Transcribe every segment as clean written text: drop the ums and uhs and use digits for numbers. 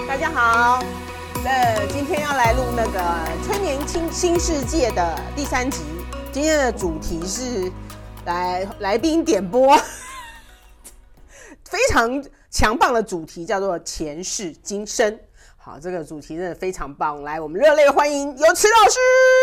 大家好，今天要来录那个《催眠新世界》的第3集。今天的主题是来宾点播，非常强棒的主题，叫做前世今生。好，这个主题真的非常棒，来，我们热烈欢迎有池老师。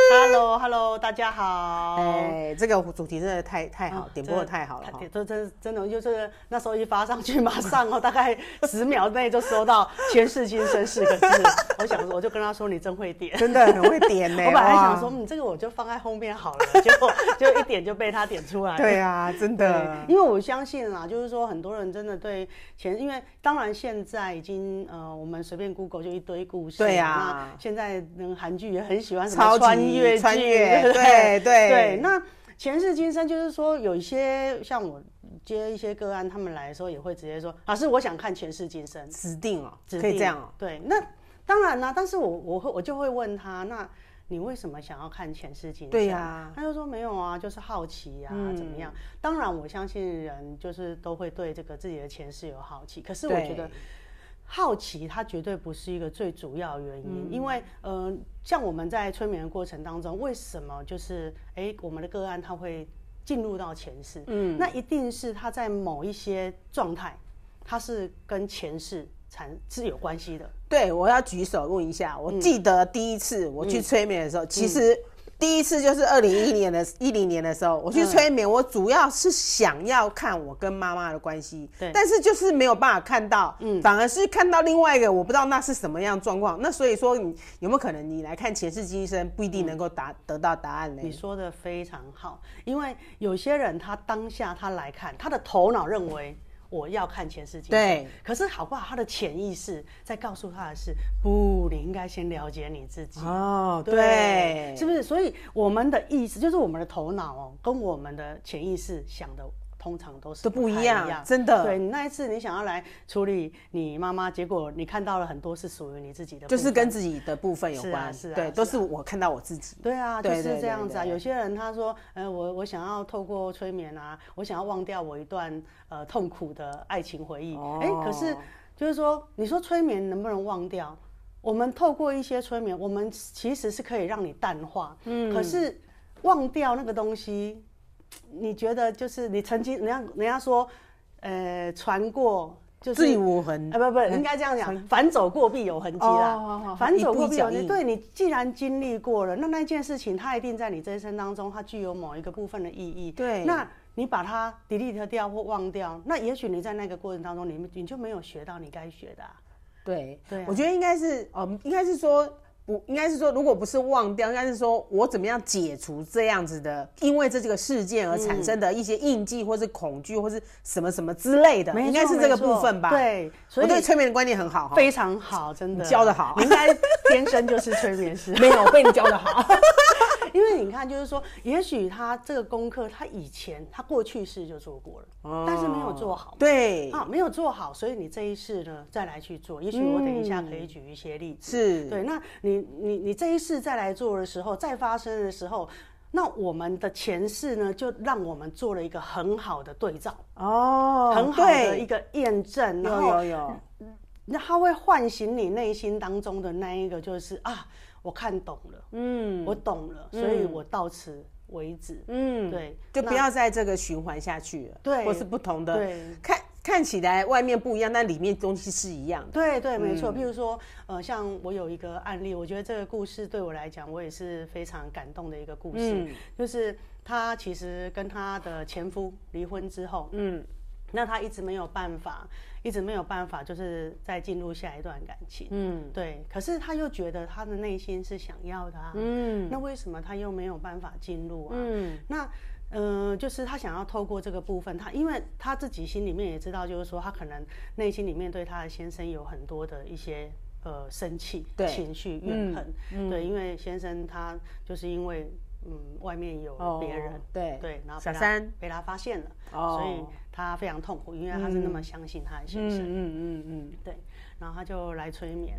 Hello， 大家好。 这个主题真的太好，点播的太好了。 真的就是那时候一发上去，马上大概10秒内就收到前世今生4个字。我就跟他说，你真会点， 真的很会点呢。 我本来想说，这个我就放在后面好了，就一点就被他点出来了。 对啊，真的。 因为我相信啦，就是说很多人真的对因为当然现在已经我们随便 Google 就一堆故事。 对啊。 那现在韩剧也很喜欢什么穿越剧，对。那前世今生就是说，有一些像我接一些个案，他们来的时候也会直接说：“老师，我想看前世今生。” 指定哦，可以这样哦。 对，那当然啦，但是我就会问他，那你为什么想要看前世今生？ 对呀， 他就说没有啊，就是好奇啊，怎么样？当然，我相信人就是都会对这个自己的前世有好奇，可是我觉得好奇它绝对不是一个最主要的原因，因为像我们在催眠的过程当中，为什么就是我们的个案他会进入到前世？那一定是他在某一些状态，他是跟前世是有关系的。 对，我要举手问一下，我记得第一次我去催眠的时候，其实第一次就是2010年的时候，我去催眠，我主要是想要看我跟妈妈的关系，但是就是没有办法看到，反而是看到另外一个，我不知道那是什么样状况。那所以说，你有没有可能你来看前世今生，不一定能够得到答案呢？ 你说的非常好，因为有些人他当下他来看，他的头脑认为我要看前世今生，对，可是好不好？他的潜意识在告诉他的是，不，你应该先了解你自己。 哦，对， 是不是？所以我们的意识就是我们的头脑跟我们的潜意识想的通常都不一样， 真的。 对，你那一次你想要来处理你妈妈，结果你看到了很多是属于你自己的部分， 就是跟自己的部分有关，对，都是我看到我自己。 对啊，就是这样子啊。有些人他说，我想要透过催眠啊，我想要忘掉我一段痛苦的爱情回忆。可是就是说，你说催眠能不能忘掉？我们透过一些催眠，我们其实是可以让你淡化，可是忘掉那个东西。你觉得就是你曾经人家说，传过就是必无痕， 不，应该这样讲，反走过必有痕迹啦。反走过必有痕迹，对，你既然经历过了，那件事情它一定在你这一生当中，它具有某一个部分的意义。对，那你把它 delete 掉或忘掉，那也许你在那个过程当中，你就没有学到你该学的。 对，我觉得应该是说。应该是说，如果不是忘掉，应该是说我怎么样解除这样子的，因为这个事件而产生的一些印记，或是恐惧，或是什么什么之类的，应该是这个部分吧？ 对， 所以我对催眠的观念很好， 非常好，真的教得好， 你应该天生就是催眠师， 没有被你教得好。 因为你看，就是说，也许他这个功课，他过去式就做过了，但是没有做好。 对， 没有做好，所以你这一世呢再来去做。也许我等一下可以举一些例子。 是， 对。那你这一世再来做的时候，再发生的时候，那我们的前世呢，就让我们做了一个很好的对照，很好的一个验证。 有。 那它会唤醒你内心当中的那一个，就是我看懂了，我懂了，所以我到此为止，对， 就不要在这个循环下去了， 对， 或是不同的，看起来外面不一样，但里面东西是一样的， 对，没错。譬如说，像我有一个案例，我觉得这个故事对我来讲，我也是非常感动的一个故事，就是她其实跟她的前夫离婚之后，那她一直没有办法，就是再进入下一段感情。对。可是她又觉得她的内心是想要的啊。那为什么她又没有办法进入啊？那就是她想要透过这个部分，因为她自己心里面也知道，就是说她可能内心里面对她的先生有很多的一些生气、情绪、怨恨。对，因为先生他就是因为外面有别人，对，然后被他发现了，所以他非常痛苦，因为他是那么相信他的先生，对，然后他就来催眠，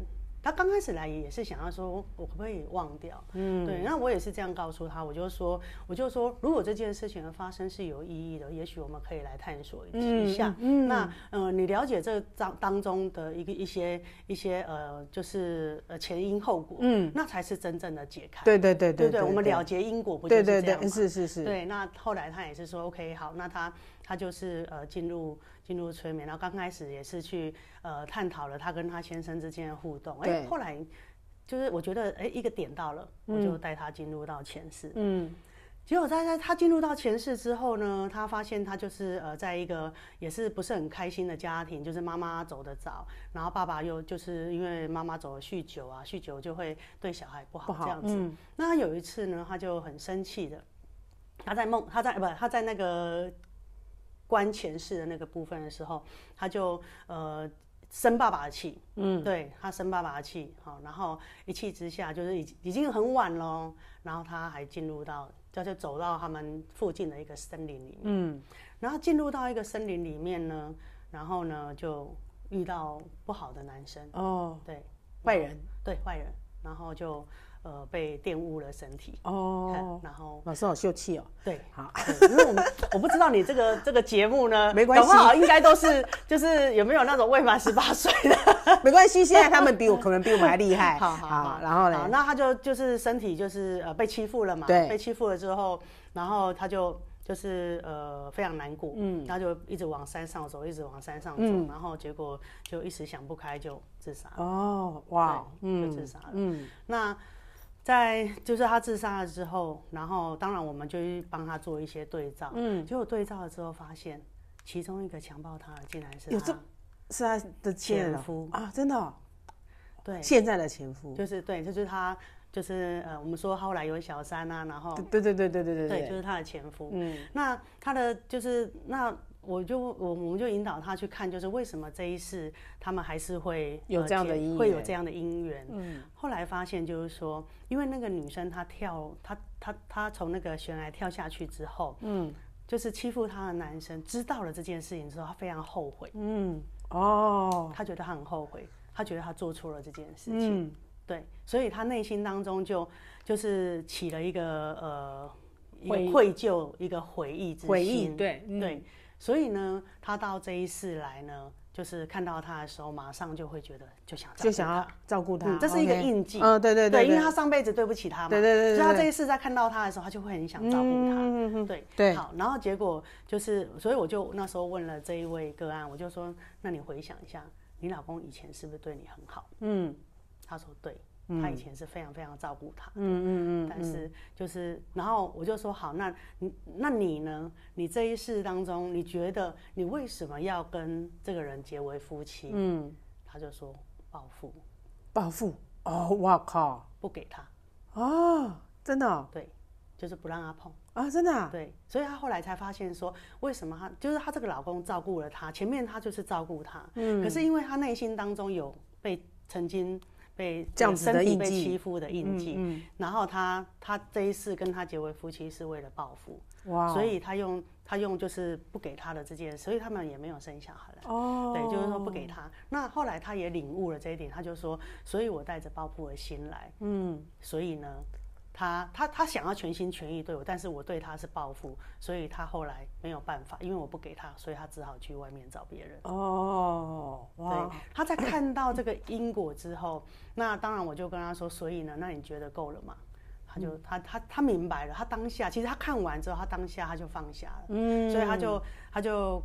他刚开始来也是想要说，我可不可以忘掉？对，那我也是这样告诉他，我就说，如果这件事情的发生是有意义的，也许我们可以来探索一下。那你了解这当中的一些就是前因后果，那才是真正的解开。对，我们了结因果不就是这样吗？ 是。 对，那后来他也是说 OK 好，那他就是进入催眠，然后刚开始也是去探讨了他跟他先生之间的互动，后来就是我觉得一个点到了，我就带他进入到前世，结果在他进入到前世之后呢，他发现他就是在一个也是不是很开心的家庭，就是妈妈走得早，然后爸爸又就是因为妈妈走了酗酒啊，酗酒就会对小孩不好这样子。那他有一次呢，他就很生气的，他在那个关前世的那个部分的时候，他就生爸爸的气，对，他生爸爸的气，好，然后一气之下就是已经很晚了，然后他还进入到就走到他们附近的一个森林里面，然后进入到一个森林里面呢，然后呢就遇到不好的男生，对， 坏人， 对，坏人，然后就被玷污了身体然后老师好秀气哦。 对，好，因为我不知道你这个节目呢， 没关系， 搞不好应该都是就是有没有那种未满18岁的， 没关系，现在他们可能比我们还厉害。 好， 然后呢？ 那他就是身体就是被欺负了嘛， 对， 被欺负了之后，然后他就是非常难过，他就一直往山上走，然后结果就一时想不开就自杀了。哇，就自杀了。那就是他自杀了之后，然后当然我们就去帮他做一些对照，结果对照了之后发现，其中一个强暴他的竟然是他的前夫啊，真的哦？ 对， 现在的前夫就是他。就是我们说后来有小三啊，然后对， 就是他的前夫。那他的就是那我们就引导他去看，就是为什么这一世他们还是会有这样的姻缘。后来发现就是说，因为那个女生她从那个悬崖跳下去之后，就是欺负她的男生知道了这件事情之后，他非常后悔。他觉得他很后悔，他觉得他做错了这件事情。对，所以他内心当中就是起了一个愧疚、一个悔意之心。对，所以呢，他到这一世来呢，就是看到他的时候，马上就会觉得就想要照顾他，这是一个印记。对，因为他上辈子对不起他嘛，对，所以他这一世在看到他的时候，他就会很想照顾他。对，好，然后结果就是，所以我就那时候问了这一位个案，我就说，那你回想一下，你老公以前是不是对你很好？他说对，他以前是非常非常照顾他。但是就是，然后我就说好，那你呢？你这一世当中，你觉得你为什么要跟这个人结为夫妻？他就说报复。 报复？哦，哇靠！ 不给他。 哦，真的哦？ 对，就是不让他碰。 啊，真的啊？ 对，所以他后来才发现说，为什么他这个老公照顾了他，前面他就是照顾他，可是因为他内心当中有曾经被这样子的印记， 被欺负的印记，然后他这一世跟他结为夫妻是为了报复，所以他用就是不给他的这件事，所以他们也没有生小孩了。对，就是说不给他。那后来他也领悟了这一点，他就说，所以我带着报复的心来，所以呢。他想要全心全意对我，但是我对他是报复，所以他后来没有办法，因为我不给他，所以他只好去外面找别人。对，他在看到这个因果之后，那当然我就跟他说，所以呢，那你觉得够了吗？他明白了，他当下其实他看完之后，他当下他就放下了，所以他就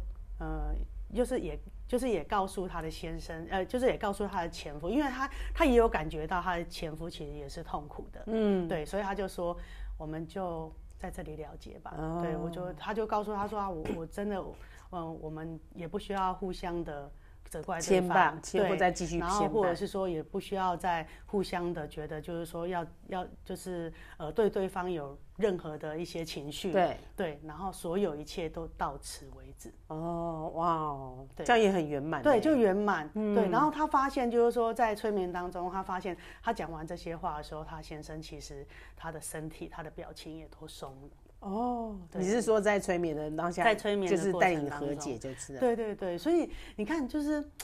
就是也告诉他的先生，就是也告诉他的前夫，因为他也有感觉到他的前夫其实也是痛苦的，对，所以他就说，我们就在这里了结吧。对，他就告诉他说啊，我真的，我们也不需要互相的责怪对方， 对，再继续然后或者是说也不需要再互相的觉得就是说要就是对对方有任何的一些情绪，对，然后所有一切都到此为止。 这样也很圆满。 对，就圆满。对，然后他发现就是说在催眠当中，他发现他讲完这些话的时候，他先生其实他的身体、他的表情也都松了。 你是说在催眠的当下， 在催眠的就是带你和解就是了。 对，所以你看，就是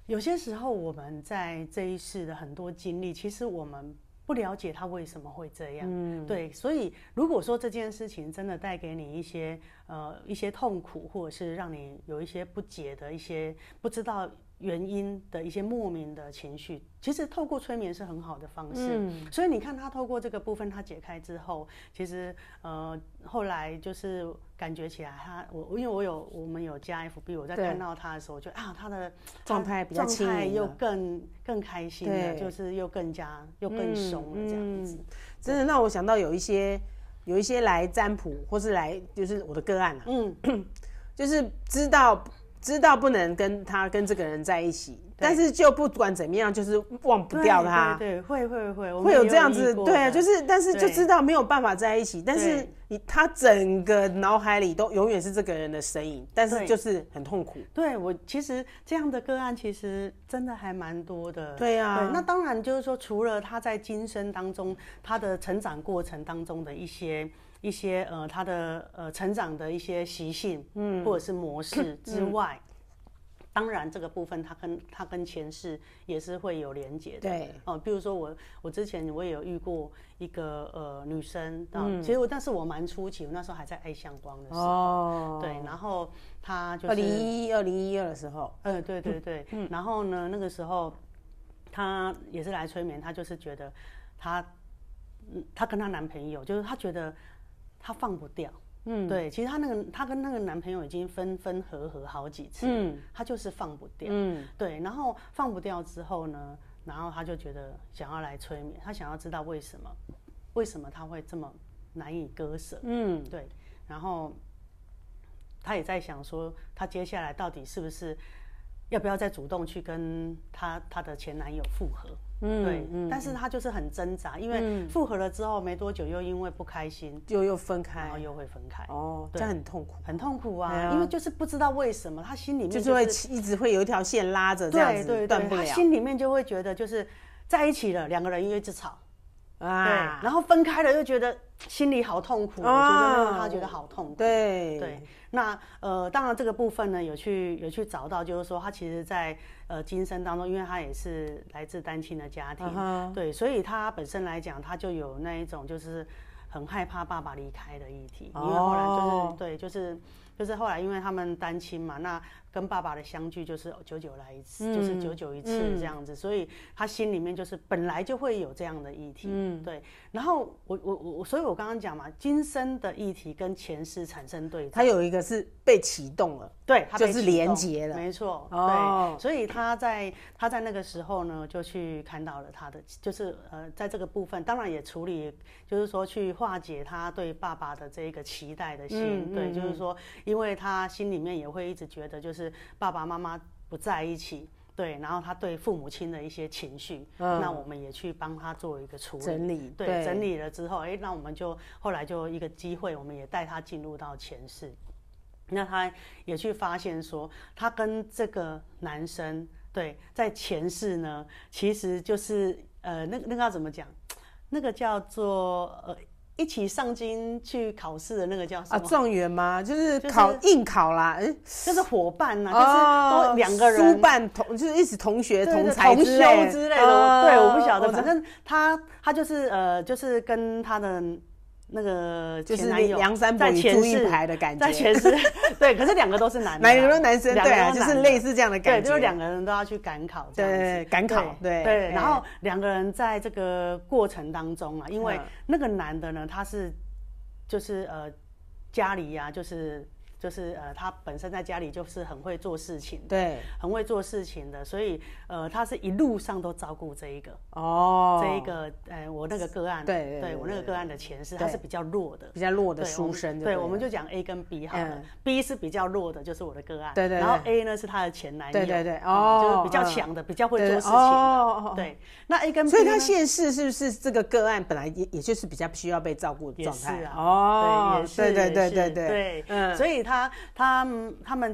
有些时候我们在这一世的很多经历，其实我们不了解他为什么会这样，对，所以如果说这件事情真的带给你一些痛苦，或者是让你有一些不解的一些不知道原因的一些莫名的情绪，其实透过催眠是很好的方式。所以你看他透过这个部分他解开之后，其实后来就是感觉起来因为我们有加 FB， 我在看到他的时候，就他的状态比较轻盈了， 又更开心了，就是又更松了这样子。 真的让我想到有一些来占卜或是来就是我的个案就是知道不能跟这个人在一起，但是就不管怎么样，就是忘不掉他。 对，会有这样子，对，就是但是就知道没有办法在一起，但是他整个脑海里都永远是这个人的身影，但是就是很痛苦。 对，我其实这样的个案其实真的还蛮多的。 对啊， 那当然就是说，除了他在今生当中他的成长过程当中的一些他的成长的一些习性，或者是模式之外，当然这个部分他跟前世也是会有连结的。 对， 比如说我之前我也有遇过一个女生，其实但是我蛮初期，我那时候还在爱向光的时候，对，然后她就是 2012的时候， 对，然后呢那个时候她也是来催眠，她就是觉得她跟她男朋友，就是她觉得她放不掉，对，其实她跟那个男朋友已经分合好几次，她就是放不掉，对，然后放不掉之后呢，然后她就觉得想要来催眠，她想要知道为什么她会这么难以割舍，对，然后她也在想说，她接下来到底是不是要不要再主动去跟她的前男友复合？对，但是她就是很挣扎，因为复合了之后没多久，又因为不开心， 又分开， 然后又会分开。 这样很痛苦， 很痛苦啊！因为就是不知道为什么，她心里面就是会一直会有一条线拉着，这样子断不了。 她心里面就会觉得，就是在一起了，两个人又一直吵。对，然后分开了又觉得心里好痛苦，我觉得让他觉得好痛苦。对，那当然这个部分呢，有去找到，就是说他其实在今生当中，因为他也是来自单亲的家庭，对，所以他本身来讲，他就有那一种就是很害怕爸爸离开的议题，因为后来就是对，就是后来因为他们单亲嘛，那跟爸爸的相聚就是久久来一次，就是久久一次这样子，所以他心里面就是本来就会有这样的议题，对。然后所以我刚刚讲嘛，今生的议题跟前世产生对照， 他有一个是被启动了， 对， 就是连结了， 没错，对。所以他在那个时候呢，就去看到了他的，就是在这个部分，当然也处理，就是说去化解他对爸爸的这个期待的心，对，就是说，因为他心里面也会一直觉得就是爸爸妈妈不在一起，对，然后他对父母亲的一些情绪，那我们也去帮他做一个处理整理， 对，整理了之后，那我们就后来就一个机会，我们也带他进入到前世，那他也去发现说，他跟这个男生，对，在前世呢，其实就是那个要怎么讲？那个叫做一起上京去考试的那个叫什么？ 状元吗？就是应考啦， 就是伙伴呐，就是都两个人书伴就是一起同学同才同修之类的。对，我不晓得，反正他就是跟他的那个前男友梁山伯与祝英台的感觉， 在前世对，可是两个都是男的， 两个都男生，对啊，就是类似这样的感觉， 对，就是两个人都要去赶考， 对，赶考， 对，然后两个人在这个过程当中啊，因为那个男的呢，他是就是家里啊，就是他本身在家里就是很会做事情， 对， 很会做事情的，所以他是一路上都照顾这一个我那个个案，对我那个个案的前世，他是比较弱的书生，对，我们就讲 A 跟 B 好了，B 是比较弱的，就是我的个案，对，然后 A 呢是他的前男友，对，就是比较强的，比较会做事情的，对，那 A 跟 B， 所以他现世是不是这个个案本来也就是比较需要被照顾的状态？ 对，也是， 对， 所以他们就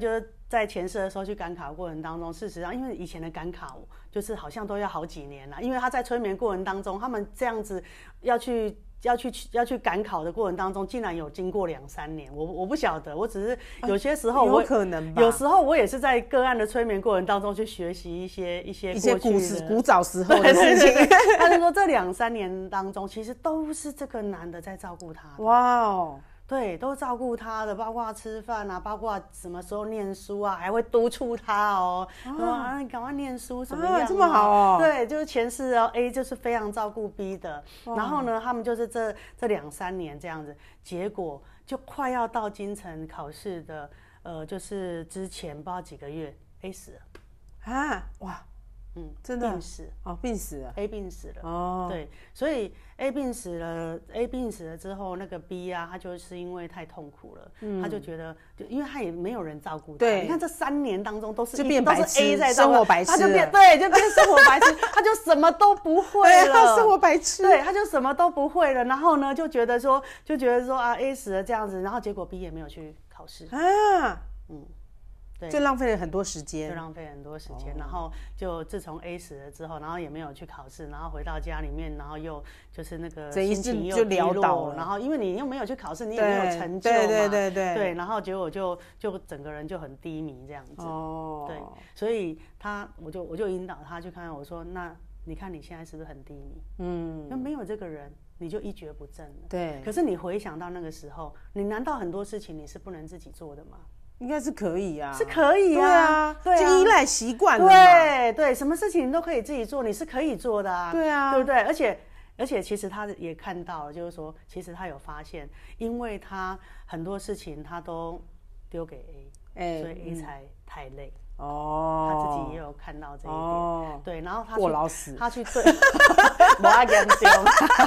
在前世的时候去赶考过程当中，事实上，因为以前的赶考就是好像都要好几年啦，因为他在催眠过程当中，他们这样子要去赶考的过程当中，竟然有经过2-3年，我不晓得，我只是有些时候有可能吧， 有时候我也是在个案的催眠过程当中去学习一些古早时候的事情。 他就说这2-3年当中，其实都是这个男的在照顾他的。 哇哦。 对，都照顾他的，包括吃饭啊，包括什么时候念书啊，还会督促他哦，你赶快念书，怎么样？ 这么好哦。 对，就是前世哦 ，A 就是非常照顾 B 的，然后呢，他们就是这2-3年这样子，结果就快要到京城考试的，就是之前不知道几个月 ，A 死了啊，哇。真的病死哦，病死了 ，A 病死了哦， 对，所以 A 病死了之后，那个 B 啊，他就是因为太痛苦了，他就觉得，因为他也没有人照顾他， 对， 你看这3年当中都是变白痴 A 在照顾， 生活白痴， 他就变生活白痴，他就什么都不会了， 他生活白痴， 对，他就什么都不会了，然后呢，就觉得说啊 A 死了这样子，然后结果 B 也没有去考试啊， 对， 就浪费了很多时间， 然后就自从 A 死了之后，然后也没有去考试，然后回到家里面，然后又就是那个心情又低落，然后因为你又没有去考试，你也没有成就嘛，对，然后结果就整个人就很低迷这样子，对，所以我就引导他去看看，我说那你看你现在是不是很低迷？那没有这个人。你就一蹶不振了。 对。 可是你回想到那个时候，你难道很多事情你是不能自己做的吗？ 应该是可以啊， 是可以啊， 对啊，就依赖习惯了嘛。 对，什么事情你都可以自己做，你是可以做的啊。 对啊， 对不对？而且其实他也看到了，就是说，其实他有发现，因为他很多事情他都丢给 A，所以 A 才太累。他自己也有看到这一点，对，然后他过劳死， 他去对，我要严重，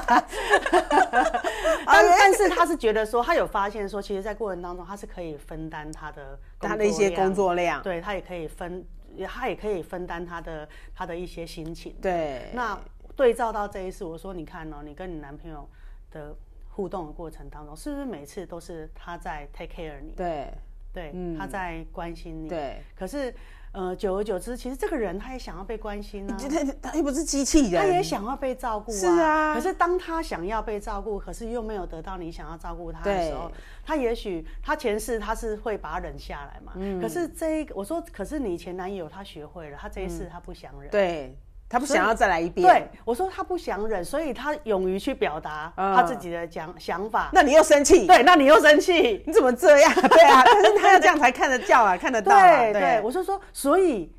但是他是觉得说，他有发现说，其实，在过程当中，他是可以分担他的一些工作量， 对他也可以分担他的一些心情， 对。 那对照到这一次，我说你看哦，你跟你男朋友的互动的过程当中，是不是每次都是他在 take care 你？对，他在关心你。 对， 可是，久而久之，其实这个人他也想要被关心啊。 他又不是机器人， 他也想要被照顾啊。 是啊。 可是当他想要被照顾，可是又没有得到你想要照顾他的时候，他也许他前世他是会把他忍下来嘛。可是我说，可是你前男友他学会了，他这一世他不想忍。 对。他不想要再来一遍。 对，我说他不想忍，所以他勇于去表达他自己的想法。 那你又生气？ 对，那你又生气？ 你怎么这样？对啊，但是他要这样才看得到啊，看得到啊。 对，我就说，所以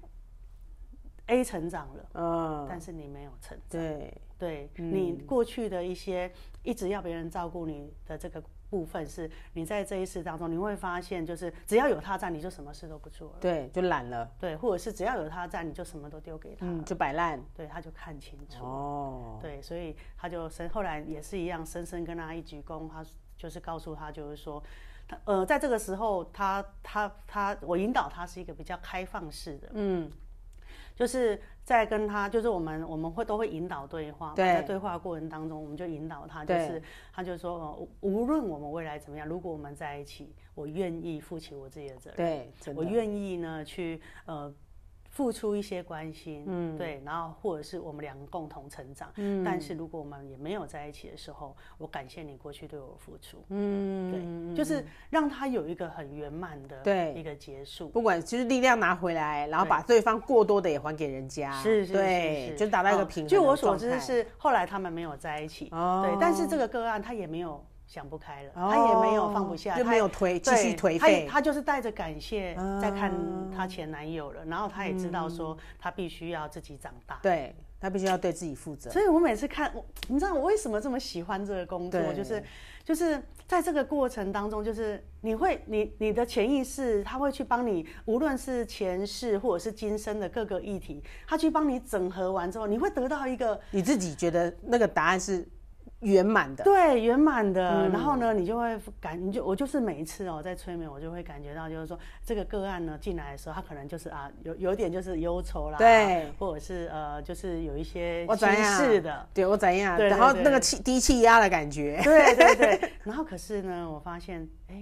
A 成长了，但是你没有成长。对，你过去的一些一直要别人照顾你的这个部分，是你在这一世当中，你会发现，就是只要有他在，你就什么事都不做了， 对，就懒了， 对，或者是只要有他在，你就什么都丢给他， 就摆烂， 对，他就看清楚，对，所以他就后来也是一样，深深跟他一鞠躬，他就是告诉他，就是说，在这个时候，我引导他是一个比较开放式的，就是在跟他，就是我们都会引导对话，在对话过程当中，我们就引导他，就是他就说，无论我们未来怎么样，如果我们在一起，我愿意负起我自己的责任， 对， 我愿意呢去付出一些关心，对，然后或者是我们两个共同成长，但是如果我们也没有在一起的时候，我感谢你过去对我的付出，对，就是让他有一个很圆满的一个结束， 不管就是力量拿回来，然后把对方过多的也还给人家，对，就达到一个平衡的状态。 据我所知是后来他们没有在一起，对，但是这个个案他也没有想不开了，他也没有放不下， 就没有继续颓废， 他就是带着感谢在看他前男友了，然后他也知道说他必须要自己长大， 对，他必须要对自己负责。 所以我每次看，你知道我为什么这么喜欢这个工作，就是在这个过程当中，就是你的潜意识他会去帮你，无论是前世或者是今生的各个议题，他去帮你整合完之后，你会得到一个你自己觉得那个答案是圆满的， 对，圆满的。然后呢，你就会我就是每一次在催眠，我就会感觉到，就是说这个个案呢进来的时候，他可能就是有点就是忧愁啦， 对， 或者是就是有一些心事的， 对我怎样，然后那个低气压的感觉， 对。然后可是呢，我发现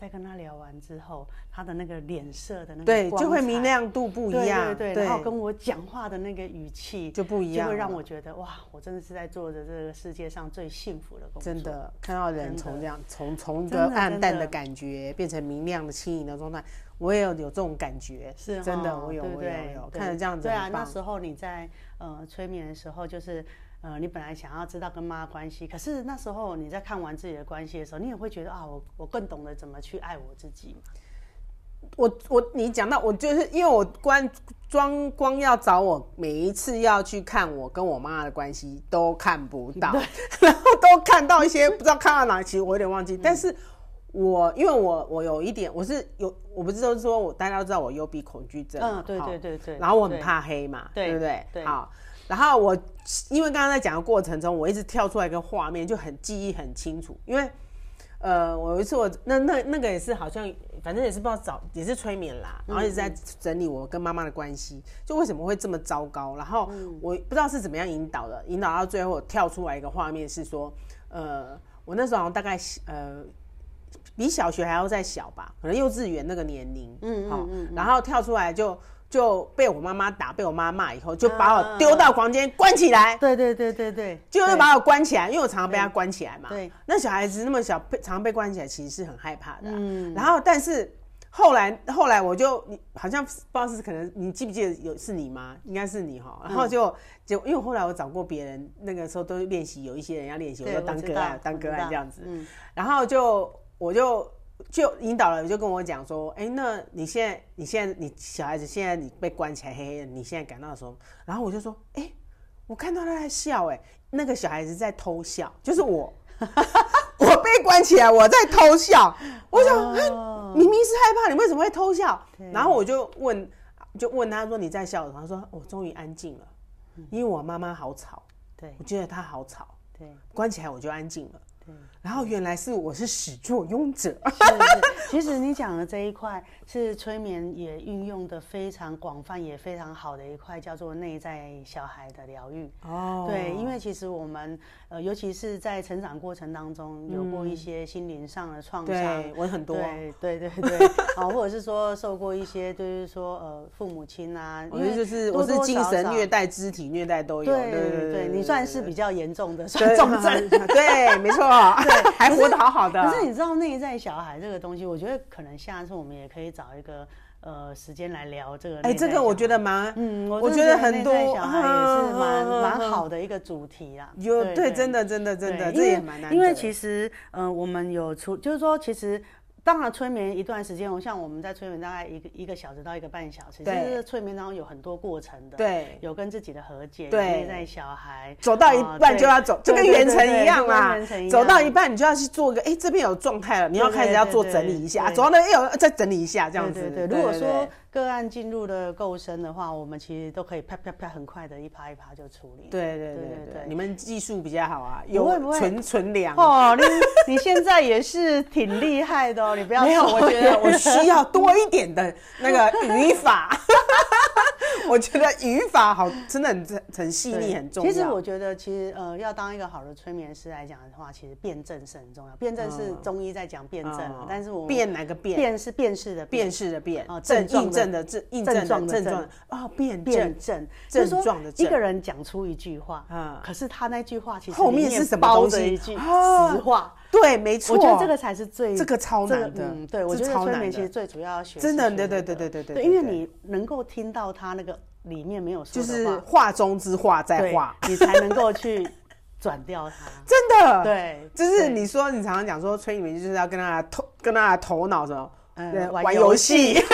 在跟他聊完之后，他的那个脸色的那个对， 光彩就会明亮度不一样， 对，然后跟我讲话的那个语气就不一样， 就会让我觉得哇，我真的是在做着这个世界上最幸福的工作。 真的看到人从这样从一个暗淡的感觉变成明亮的轻盈的状态，我也有这种感觉， 是真的，我有看着这样子。 对啊，那时候你在催眠的时候，就是你本来想要知道跟妈妈关系，可是那时候你在看完自己的关系的时候，你也会觉得啊，我更懂得怎么去爱我自己嘛。 你讲到我就是因为我光要找我，每一次要去看我跟我妈妈的关系都看不到，然后都看到一些不知道看到哪，其实我有点忘记，但是因为我有一点我不是都说大家都知道我幽闭恐惧症， 对， 然后我很怕黑嘛，对不对？ 对， 好。然后因为刚刚在讲的过程中，我一直跳出来一个画面，就记忆很清楚。因为我有一次那个也是好像反正也是不知道也是催眠啦，然后一直在整理我跟妈妈的关系，就为什么会这么糟糕。然后我不知道是怎么样引导到最后跳出来一个画面是说，我那时候好像大概比小学还要再小吧，可能幼稚园那个年龄，然后跳出来就被我妈妈打，被我妈骂以后，就把我丢到房间关起来。 对， 就是把我关起来，因为我常常被他关起来嘛。 对， 那小孩子那么小，常常被关起来，其实是很害怕的。然后，但是后来我就好像不知道是可能你记不记得是你吗？应该是你哈。然后就因为后来我找过别人，那个时候都练习，有一些人要练习，我就当个案这样子。然后我就引导了，就跟我讲说，那你小孩子现在你被关起来黑黑的，你现在感到什么？然后我就说，我看到他在笑，那个小孩子在偷笑，就是我被关起来，我在偷笑。我想，明明是害怕，你为什么会偷笑？然后我就问他说你在笑什么？他说我终于安静了，因为我妈妈好吵，我觉得她好吵，关起来我就安静了。然后原来我是始作俑者。 其实你讲的这一块是催眠也运用的非常广泛也非常好的一块，叫做内在小孩的疗愈。对，因为其实我们尤其是在成长过程当中有过一些心灵上的创伤， 对我很多， 对或者是说受过一些就是说父母亲啊， 因为就是我是精神虐待、肢体虐待都有。 对，你算是比较严重的，算重症。 对，没错。对，还活得好好的。 可是你知道内在小孩这个东西，我觉得可能下次我们也可以找一个时间来聊这个。 这个我觉得我觉得很多小孩也是蛮好的一个主题啦。 对，真的，这也蛮难的。 因为其实我们就是说其实。当然，催眠一段时间，像我们在催眠大概一个小时到1个半小时，其实催眠当中有很多过程的， 对， 有跟自己的和解， 对， 内在小孩， 走到一半就要走，就跟元辰一样嘛，走到一半你就要去做一个，这边有状态了，你要开始要做整理一下，走到那再整理一下，这样子。 对，如果说个案进入的够深的话，我们其实都可以啪啪啪很快的一趴就处理。 对，你们技术比较好啊，有纯良哦。你现在也是挺厉害的哦，你不要。 没有，我觉得我需要多一点的那个语法。我觉得语法好，真的很细腻，很重要。 其实我觉得，要当一个好的催眠师来讲的话，其实辩证是很重要。辩证是中医在讲辩证，但是我们辩哪个辩？ 辩是辨识的辨识的辩， 印证的症状哦，辩证症状的症。 一个人讲出一句话，可是他那句话其实后面是什么东西？ 一句实话。 对，没错。 我觉得这个才是这个超难的。 对，我觉得催眠其实最主要要学， 真的，对， 因为你能够听到他那个里面没有说的话， 就是话中之话在话， 你才能够去转掉它。 真的， 对， 就是你常常讲说催眠就是要跟他的头脑什么玩游戏，因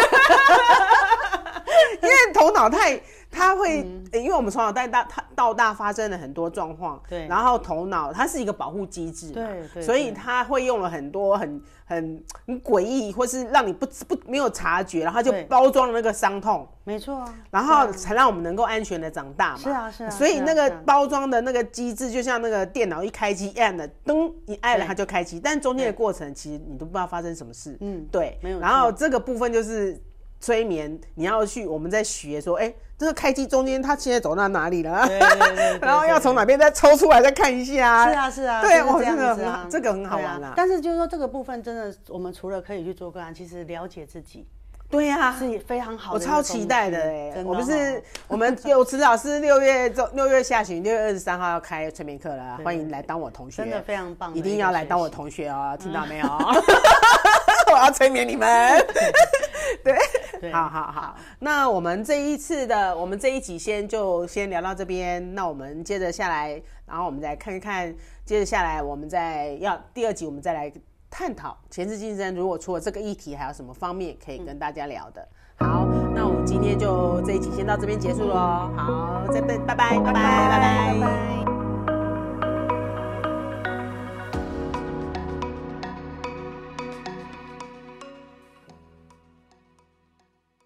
为头脑他会，因为我们从小到大发生了很多状况， 对， 然后头脑它是一个保护机制嘛， 对， 所以他会用了很多很诡异，或是让你没有察觉，然后就包装了那个伤痛， 没错啊， 然后才让我们能够安全的长大嘛， 是啊， 所以那个包装的那个机制，就像那个电脑一开机按了噔，你按了它就开机，但中间的过程其实你都不知道发生什么事，对， 没有， 然后这个部分就是催眠，你要去我们在学说， 这个开机中间他现在走到哪里了？ 对然后要从哪边再抽出来再看一下。 是啊， 对， 我这个很好玩啦。 但是就是说这个部分真的，我们除了可以去做个案，其实了解自己。 对呀， 是非常好的， 我超期待的哎！我们有池老师6月下旬6月23号要开催眠课了，欢迎来当我同学， 真的非常棒， 一定要来当我同学哦，听到没有？我要催眠你们。对，好。那我们这一集先聊到这边，那我们接着下来，然后我们再看看，接着下来我们第2集我们再来探讨前世今生，如果除了这个议题，还有什么方面可以跟大家聊的。好，那我们今天就这一集先到这边结束咯。好，再见，拜拜。